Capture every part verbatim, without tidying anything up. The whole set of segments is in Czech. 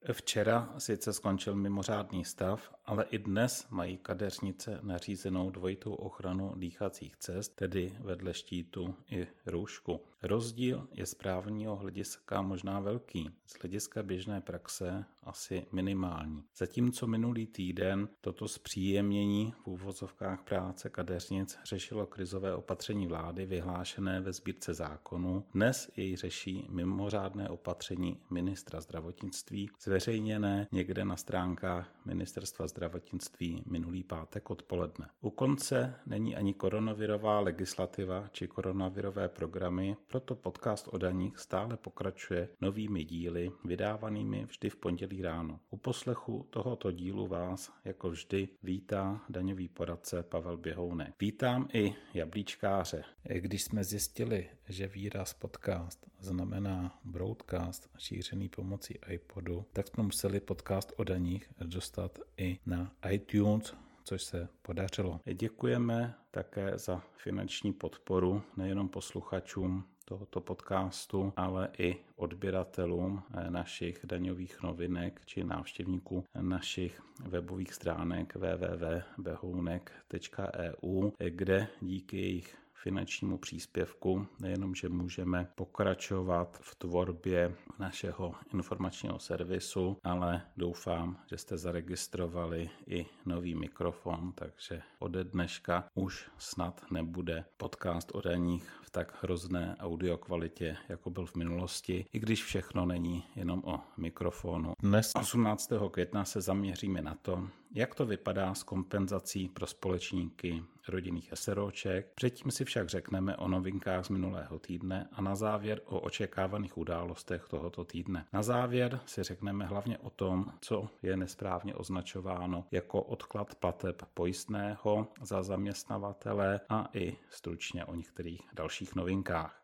Včera sice skončil mimořádný stav, ale i dnes mají kadeřnice nařízenou dvojitou ochranu dýchacích cest, tedy vedle štítu i roušku. Rozdíl je z právního hlediska možná velký, z hlediska běžné praxe asi minimální. Zatímco minulý týden toto zpříjemnění v úvozovkách práce kadeřnic řešilo krizové opatření vlády vyhlášené ve sbírce zákonů, dnes jej řeší mimořádné opatření ministra zdravotnictví, zveřejněné někde na stránkách Ministerstva zdravotnictví minulý pátek odpoledne. U konce není ani koronavirová legislativa či koronavirové programy, proto podcast o daních stále pokračuje novými díly, vydávanými vždy v pondělí ráno. U poslechu tohoto dílu vás, jako vždy, vítá daňový poradce Pavel Běhounek. Vítám i jablíčkáře. Když jsme zjistili, že výraz podcast znamená broadcast šířený pomocí iPodu, tak jsme museli podcast o daních dostat i na iTunes, což se podařilo. Děkujeme také za finanční podporu nejenom posluchačům tohoto podcastu, ale i odběratelům našich daňových novinek či návštěvníků našich webových stránek w w w tečka behounek tečka e u, kde díky jejich finančnímu příspěvku nejenom, že můžeme pokračovat v tvorbě našeho informačního servisu, ale doufám, že jste zaregistrovali i nový mikrofon, takže ode dneška už snad nebude podcast o daních v tak hrozné audiokvalitě, jako byl v minulosti, i když všechno není jenom o mikrofonu. Dnes osmnáctého května se zaměříme na to, jak to vypadá s kompenzací pro společníky rodinných eseróček. Předtím si však řekneme o novinkách z minulého týdne a na závěr o očekávaných událostech tohoto týdne. Na závěr si řekneme hlavně o tom, co je nesprávně označováno jako odklad plateb pojistného za zaměstnavatele a i stručně o některých dalších novinkách.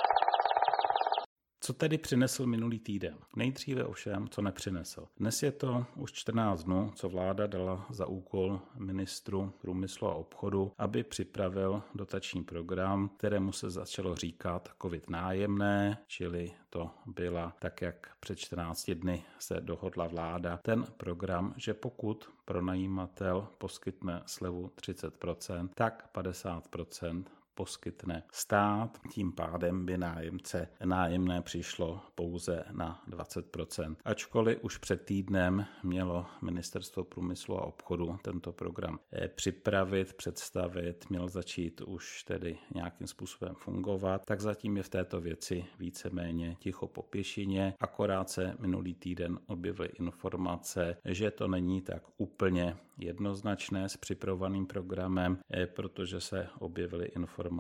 Co tedy přinesl minulý týden? Nejdříve ovšem, co nepřinesl. Dnes je to už čtrnáct dnů, co vláda dala za úkol ministru průmyslu a obchodu, aby připravil dotační program, kterému se začalo říkat COVID nájemné, čili to byla, tak jak před čtrnácti dny se dohodla vláda, ten program, že pokud pronajímatel poskytne slevu třicet procent, tak padesát procent poskytne stát, tím pádem by nájemce nájemné přišlo pouze na dvacet procent. Ačkoliv už před týdnem mělo Ministerstvo průmyslu a obchodu tento program připravit, představit, měl začít už tedy nějakým způsobem fungovat, tak zatím je v této věci víceméně ticho po pěšině, akorát se minulý týden objevily informace, že to není tak úplně jednoznačné s připravovaným programem, protože se objevily informace,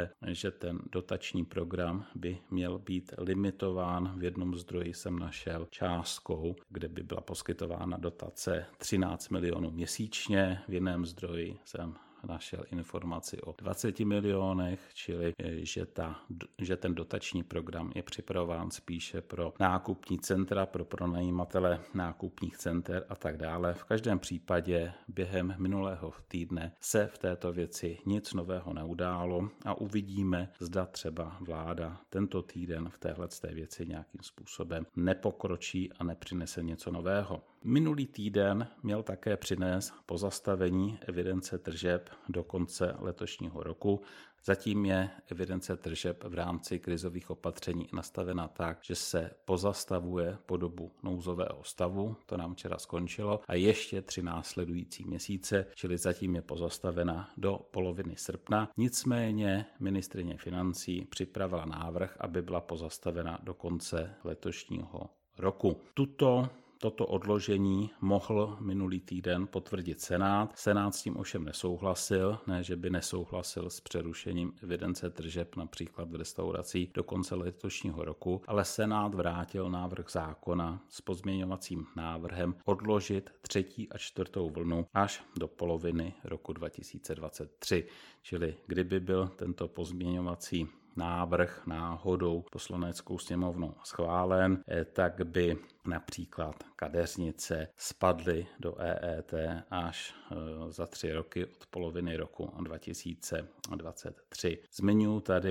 že ten dotační program by měl být limitován. V jednom zdroji jsem našel částkou, kde by byla poskytována dotace třináct milionů měsíčně, v jiném zdroji jsem našel informaci o dvaceti milionech, čili že, ta, že ten dotační program je připravován spíše pro nákupní centra, pro pronajímatele nákupních center a tak dále. V každém případě během minulého týdne se v této věci nic nového neudálo a uvidíme, zda třeba vláda tento týden v téhleté věci nějakým způsobem nepokročí a nepřinese něco nového. Minulý týden měl také přinést pozastavení evidence tržeb do konce letošního roku. Zatím je evidence tržeb v rámci krizových opatření nastavena tak, že se pozastavuje po dobu nouzového stavu, to nám včera skončilo, a ještě tři následující měsíce, čili zatím je pozastavena do poloviny srpna. Nicméně ministryně financí připravila návrh, aby byla pozastavena do konce letošního roku. Tuto Toto odložení mohl minulý týden potvrdit Senát. Senát s tím ovšem nesouhlasil, ne, že by nesouhlasil s přerušením evidence tržeb například v restauracích do konce letošního roku, ale Senát vrátil návrh zákona s pozměňovacím návrhem odložit třetí a čtvrtou vlnu až do poloviny roku dva tisíce dvacet tři. Čili kdyby byl tento pozměňovací návrh náhodou poslaneckou sněmovnou schválen, tak by například kadeřnice spadly do E E T až za tři roky od poloviny roku dva tisíce dvacet tři. Zmiňuji tady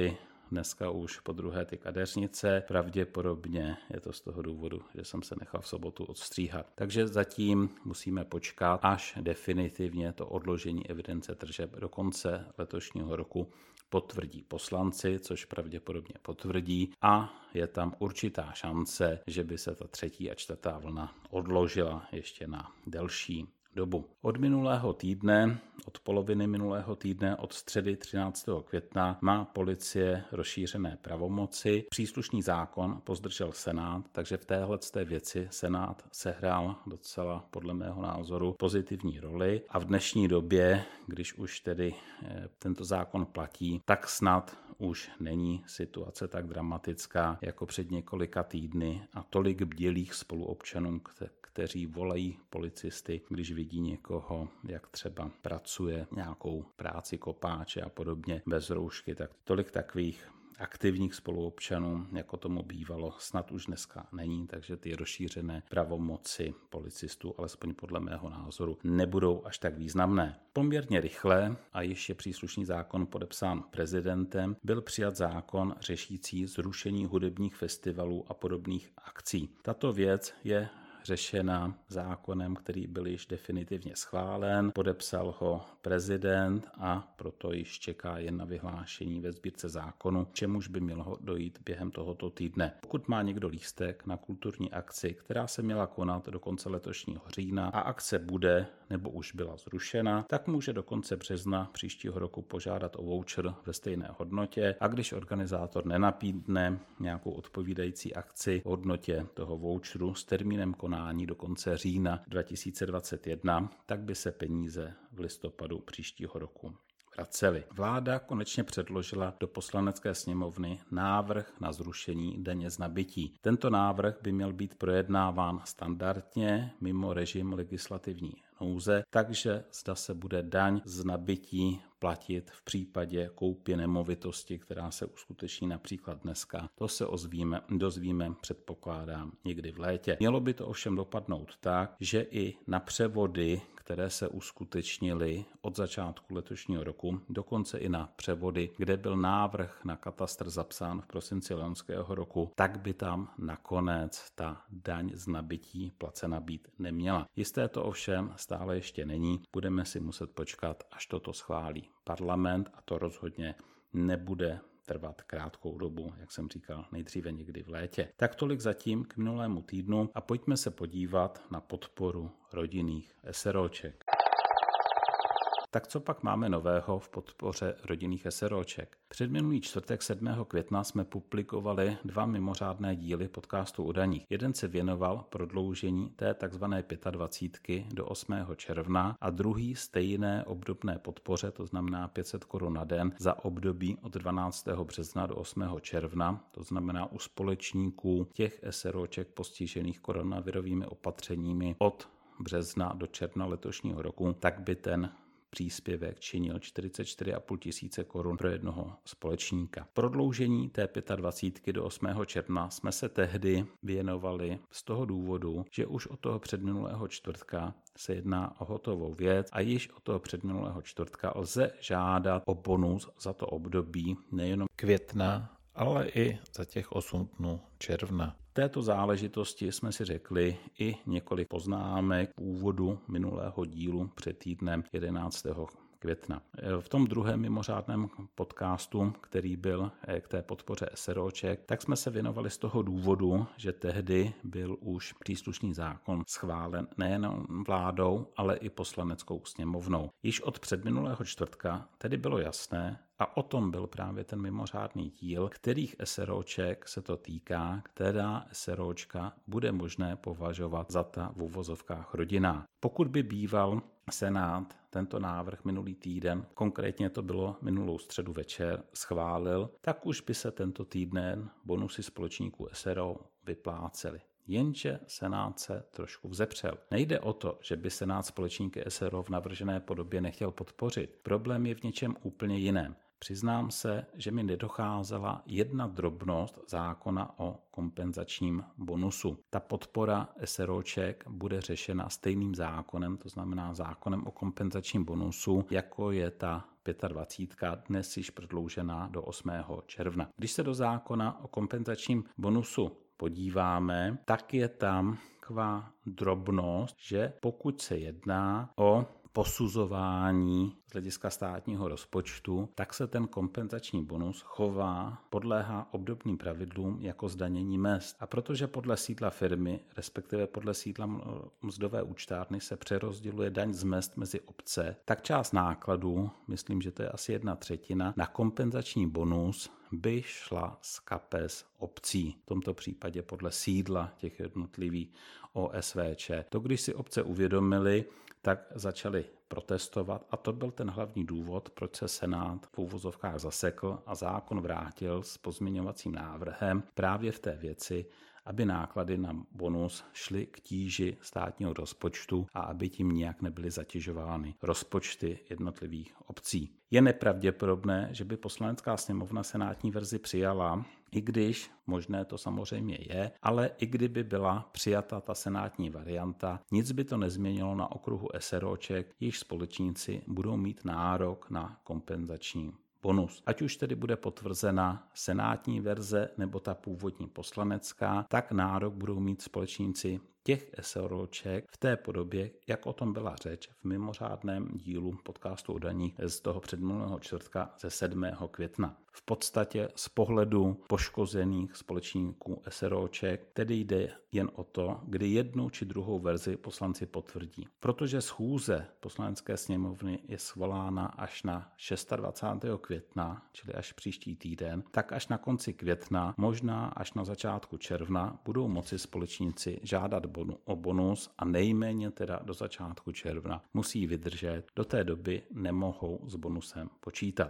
dneska už po druhé ty kadeřnice. Pravděpodobně je to z toho důvodu, že jsem se nechal v sobotu odstříhat. Takže zatím musíme počkat, až definitivně to odložení evidence tržeb do konce letošního roku potvrdí poslanci, což pravděpodobně potvrdí, a je tam určitá šance, že by se ta třetí a čtvrtá vlna odložila ještě na delší dobu. Od minulého týdne, od poloviny minulého týdne, od středy třináctého května má policie rozšířené pravomoci. Příslušný zákon pozdržel Senát, takže v téhleté věci Senát sehrál docela, podle mého názoru, pozitivní roli a v dnešní době, když už tedy tento zákon platí, tak snad už není situace tak dramatická jako před několika týdny a tolik bdělých spoluobčanů, kteří volají policisty, když vidí někoho, jak třeba pracuje nějakou práci kopáče a podobně bez roušky, tak tolik takových aktivních spoluobčanů, jako tomu bývalo, snad už dneska není, takže ty rozšířené pravomoci policistů, alespoň podle mého názoru, nebudou až tak významné. Poměrně rychle, a již je příslušný zákon podepsán prezidentem, byl přijat zákon řešící zrušení hudebních festivalů a podobných akcí. Tato věc je řešena zákonem, který byl již definitivně schválen, podepsal ho prezident a proto již čeká jen na vyhlášení ve sbírce zákonu, čemuž by mělo dojít během tohoto týdne. Pokud má někdo lístek na kulturní akci, která se měla konat do konce letošního října a akce bude nebo už byla zrušena, tak může do konce března příštího roku požádat o voucher ve stejné hodnotě a když organizátor nenapídne nějakou odpovídající akci v hodnotě toho voucheru s termínem konání do konce října dva tisíce dvacet jedna, tak by se peníze v listopadu příštího roku vracely. Vláda konečně předložila do Poslanecké sněmovny návrh na zrušení daně z nabytí. Tento návrh by měl být projednáván standardně mimo režim legislativní nouze, takže zda se bude daň z nabytí platit v případě koupě nemovitosti, která se uskuteční například dneska. To se ozvíme, dozvíme, předpokládám, někdy v létě. Mělo by to ovšem dopadnout tak, že i na převody, které se uskutečnily od začátku letošního roku, dokonce i na převody, kde byl návrh na katastr zapsán v prosinci loňského roku, tak by tam nakonec ta daň z nabytí placena být neměla. Jisté to ovšem stále ještě není, budeme si muset počkat, až toto schválí parlament a to rozhodně nebude trvat krátkou dobu, jak jsem říkal, nejdříve někdy v létě. Tak tolik zatím k minulému týdnu a pojďme se podívat na podporu rodinných eseróček. Tak co pak máme nového v podpoře rodinných eseróček? Předminulý čtvrtek sedmého května jsme publikovali dva mimořádné díly podcastu o daních. Jeden se věnoval prodloužení té takzvané dvacítky pět do osmého června a druhý stejné obdobné podpoře, to znamená pět set korun na den za období od dvanáctého března do osmého června, to znamená u společníků těch eseróček postižených koronavirovými opatřeními od března do června letošního roku, tak by ten příspěvek činil čtyřicet čtyři a půl tisíce korun pro jednoho společníka. Prodloužení té dvacítky pět do osmého června jsme se tehdy věnovali z toho důvodu, že už od toho předminulého čtvrtka se jedná o hotovou věc a již od toho předminulého čtvrtka lze žádat o bonus za to období nejenom května, ale i za těch osm dnů června. V této záležitosti jsme si řekli i několik poznámek v úvodu minulého dílu před týdnem jedenáctého května. V tom druhém mimořádném podcastu, který byl k té podpoře eseróček, tak jsme se věnovali z toho důvodu, že tehdy byl už příslušný zákon schválen nejen vládou, ale i poslaneckou sněmovnou. Již od předminulého čtvrtka tedy bylo jasné, a o tom byl právě ten mimořádný díl, kterých eseróček se to týká, která eseróčka bude možné považovat za ta v uvozovkách rodinná. Pokud by býval Senát tento návrh minulý týden, konkrétně to bylo minulou středu večer, schválil, tak už by se tento týden bonusy společníků es er o vyplácely. Jenže Senát se trošku vzepřel. Nejde o to, že by Senát společníky es er o v navržené podobě nechtěl podpořit. Problém je v něčem úplně jiném. Přiznám se, že mi nedocházela jedna drobnost zákona o kompenzačním bonusu. Ta podpora SROček bude řešena stejným zákonem, to znamená zákonem o kompenzačním bonusu, jako je ta dvacítka pět, dnes již prodloužená do osmého června. Když se do zákona o kompenzačním bonusu podíváme, tak je tam taková drobnost, že pokud se jedná o posuzování z hlediska státního rozpočtu, tak se ten kompenzační bonus chová, podléhá obdobným pravidlům jako zdanění mezd. A protože podle sídla firmy, respektive podle sídla mzdové účtárny se přerozděluje daň z mezd mezi obce, tak část nákladů, myslím, že to je asi jedna třetina, na kompenzační bonus by šla z kapes obcí. V tomto případě podle sídla těch jednotlivých O S V Č. To, když si obce uvědomili, tak začali protestovat a to byl ten hlavní důvod, proč se Senát v úvozovkách zasekl a zákon vrátil s pozměňovacím návrhem právě v té věci, aby náklady na bonus šly k tíži státního rozpočtu a aby tím nijak nebyly zatěžovány rozpočty jednotlivých obcí. Je nepravděpodobné, že by Poslanecká sněmovna senátní verzi přijala, i když možné to samozřejmě je, ale i kdyby byla přijata ta senátní varianta, nic by to nezměnilo na okruhu SROček, jejichž společníci budou mít nárok na kompenzační bonus. Ať už tedy bude potvrzena senátní verze nebo ta původní poslanecká, tak nárok budou mít společníci těch SROček v té podobě, jak o tom byla řeč v mimořádném dílu podcastu o daních z toho předminulého čtvrtka ze sedmého května. V podstatě z pohledu poškozených společníků SROček tedy jde jen o to, kdy jednu či druhou verzi poslanci potvrdí. Protože schůze Poslanecké sněmovny je svolána až na dvacátého šestého května, čili až příští týden, tak až na konci května, možná až na začátku června, budou moci společníci žádat o bonus a nejméně teda do začátku června musí vydržet. Do té doby nemohou s bonusem počítat.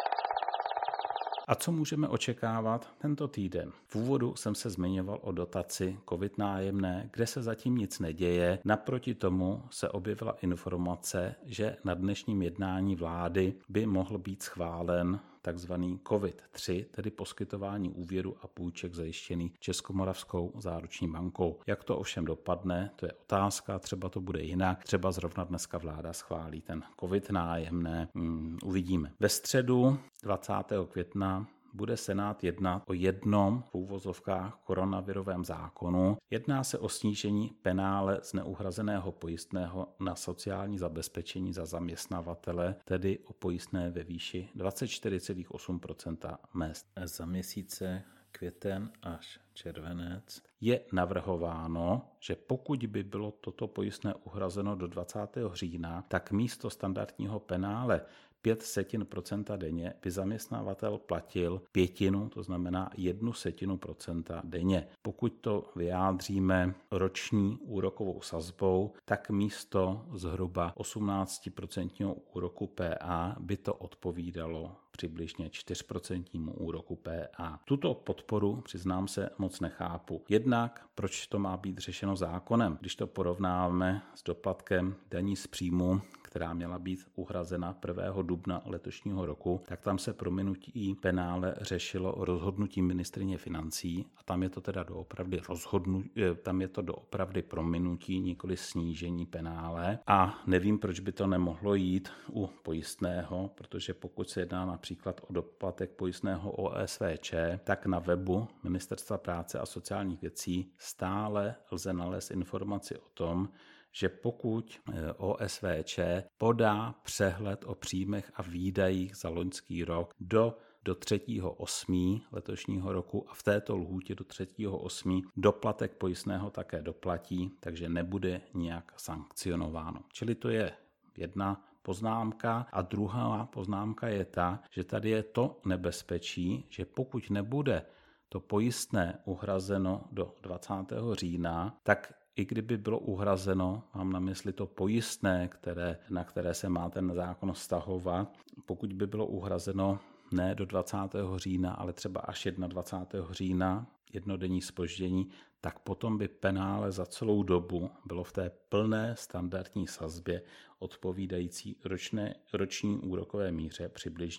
A co můžeme očekávat tento týden? V úvodu jsem se zmiňoval o dotaci COVID nájemné, kde se zatím nic neděje. Naproti tomu se objevila informace, že na dnešním jednání vlády by mohl být schválen takzvaný COVID tři, tedy poskytování úvěru a půjček zajištěný Českomoravskou záruční bankou. Jak to ovšem dopadne, to je otázka, třeba to bude jinak, třeba zrovna dneska vláda schválí ten COVID nájemné, hmm, uvidíme. Ve středu dvacátého května bude Senát jednat o jednom v úvozovkách koronavirovém zákonu. Jedná se o snížení penále z neuhrazeného pojistného na sociální zabezpečení za zaměstnavatele, tedy o pojistné ve výši dvacet čtyři celá osm procenta mezd. Za měsíce květen až červenec je navrhováno, že pokud by bylo toto pojistné uhrazeno do dvacátého října, tak místo standardního penále pět setin procenta denně by zaměstnavatel platil pětinu, to znamená jednu setinu procenta denně. Pokud to vyjádříme roční úrokovou sazbou, tak místo zhruba osmnáct procent úroku P A by to odpovídalo přibližně čtyři procenta úroku P A. Tuto podporu, přiznám se, moc nechápu. Jednak, proč to má být řešeno zákonem, když to porovnáme s doplatkem daní z příjmu, která měla být uhrazena prvního dubna letošního roku, tak tam se prominutí penále řešilo rozhodnutím ministryně financí a tam je to teda doopravdy rozhodnutí, tam je to doopravdy prominutí, nikoli snížení penále a nevím, proč by to nemohlo jít u pojistného, protože pokud se jedná například o doplatek pojistného O S V Č, tak na webu Ministerstva práce a sociálních věcí stále lze nalézt informaci o tom, že pokud O S V Č podá přehled o příjmech a výdajích za loňský rok do do třetího osmého letošního roku a v této lhůtě do třetího osmého doplatek pojistného také doplatí, takže nebude nijak sankcionováno. Čili to je jedna poznámka a druhá poznámka je ta, že tady je to nebezpečí, že pokud nebude to pojistné uhrazeno do dvacátého října, tak i kdyby bylo uhrazeno, mám na mysli to pojistné, které, na které se má ten zákon vztahovat, pokud by bylo uhrazeno ne do dvacátého října, ale třeba až dvacátého prvního října, jednodenní zpoždění, tak potom by penále za celou dobu bylo v té plné standardní sazbě odpovídající ročné, roční úrokové míře přibližně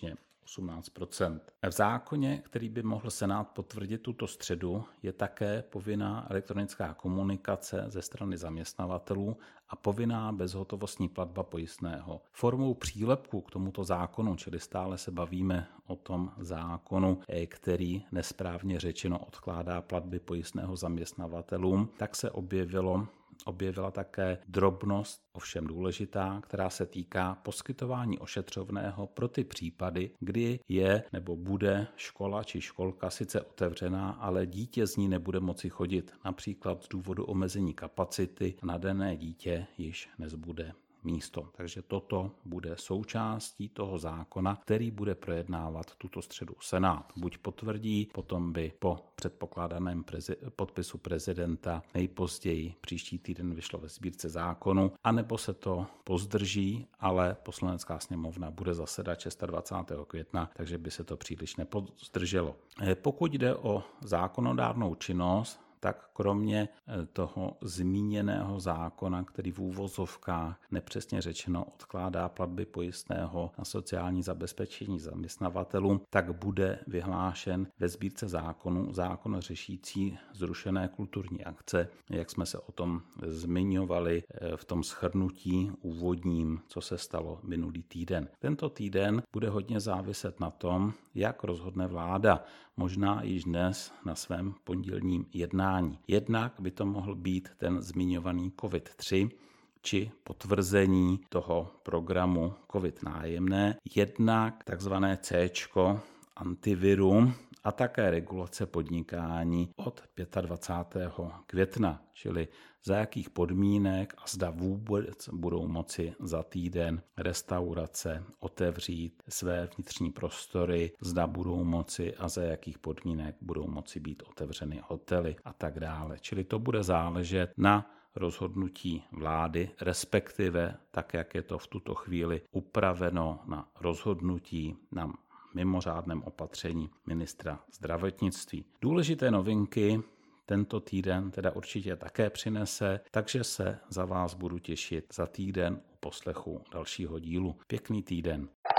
osmnáct procent. V zákoně, který by mohl Senát potvrdit tuto středu, je také povinná elektronická komunikace ze strany zaměstnavatelů a povinná bezhotovostní platba pojistného. Formou přílepku k tomuto zákonu, čili stále se bavíme o tom zákonu, který nesprávně řečeno odkládá platby pojistného zaměstnavatelům, tak se objevilo Objevila také drobnost, ovšem důležitá, která se týká poskytování ošetřovného pro ty případy, kdy je nebo bude škola či školka sice otevřená, ale dítě z ní nebude moci chodit, například z důvodu omezení kapacity, na dané dítě již nezbude místo. Takže toto bude součástí toho zákona, který bude projednávat tuto středu Senát. Buď potvrdí, potom by po předpokládaném prezi- podpisu prezidenta nejpozději příští týden vyšlo ve sbírce zákonu, anebo se to pozdrží, ale Poslanecká sněmovna bude zasedat dvacátého šestého května, takže by se to příliš nepozdrželo. Pokud jde o zákonodárnou činnost, tak kromě toho zmíněného zákona, který v úvozovkách nepřesně řečeno odkládá platby pojistného na sociální zabezpečení zaměstnavatelům, tak bude vyhlášen ve sbírce zákonů zákon řešící zrušené kulturní akce, jak jsme se o tom zmiňovali v tom shrnutí úvodním, co se stalo minulý týden. Tento týden bude hodně záviset na tom, jak rozhodne vláda, možná již dnes na svém pondělním jednání. Jednak by to mohl být ten zmiňovaný COVID tři, či potvrzení toho programu COVID nájemné, jednak takzvané C-čko antiviru a také regulace podnikání od dvacátého pátého května, čili za jakých podmínek a zda vůbec budou moci za týden restaurace otevřít své vnitřní prostory, zda budou moci a za jakých podmínek budou moci být otevřeny hotely a tak dále. Čili to bude záležet na rozhodnutí vlády, respektive tak, jak je to v tuto chvíli upraveno na rozhodnutí na mimořádném opatření ministra zdravotnictví. Důležité novinky tento týden teda určitě také přinese, takže se za vás budu těšit za týden u poslechu dalšího dílu. Pěkný týden.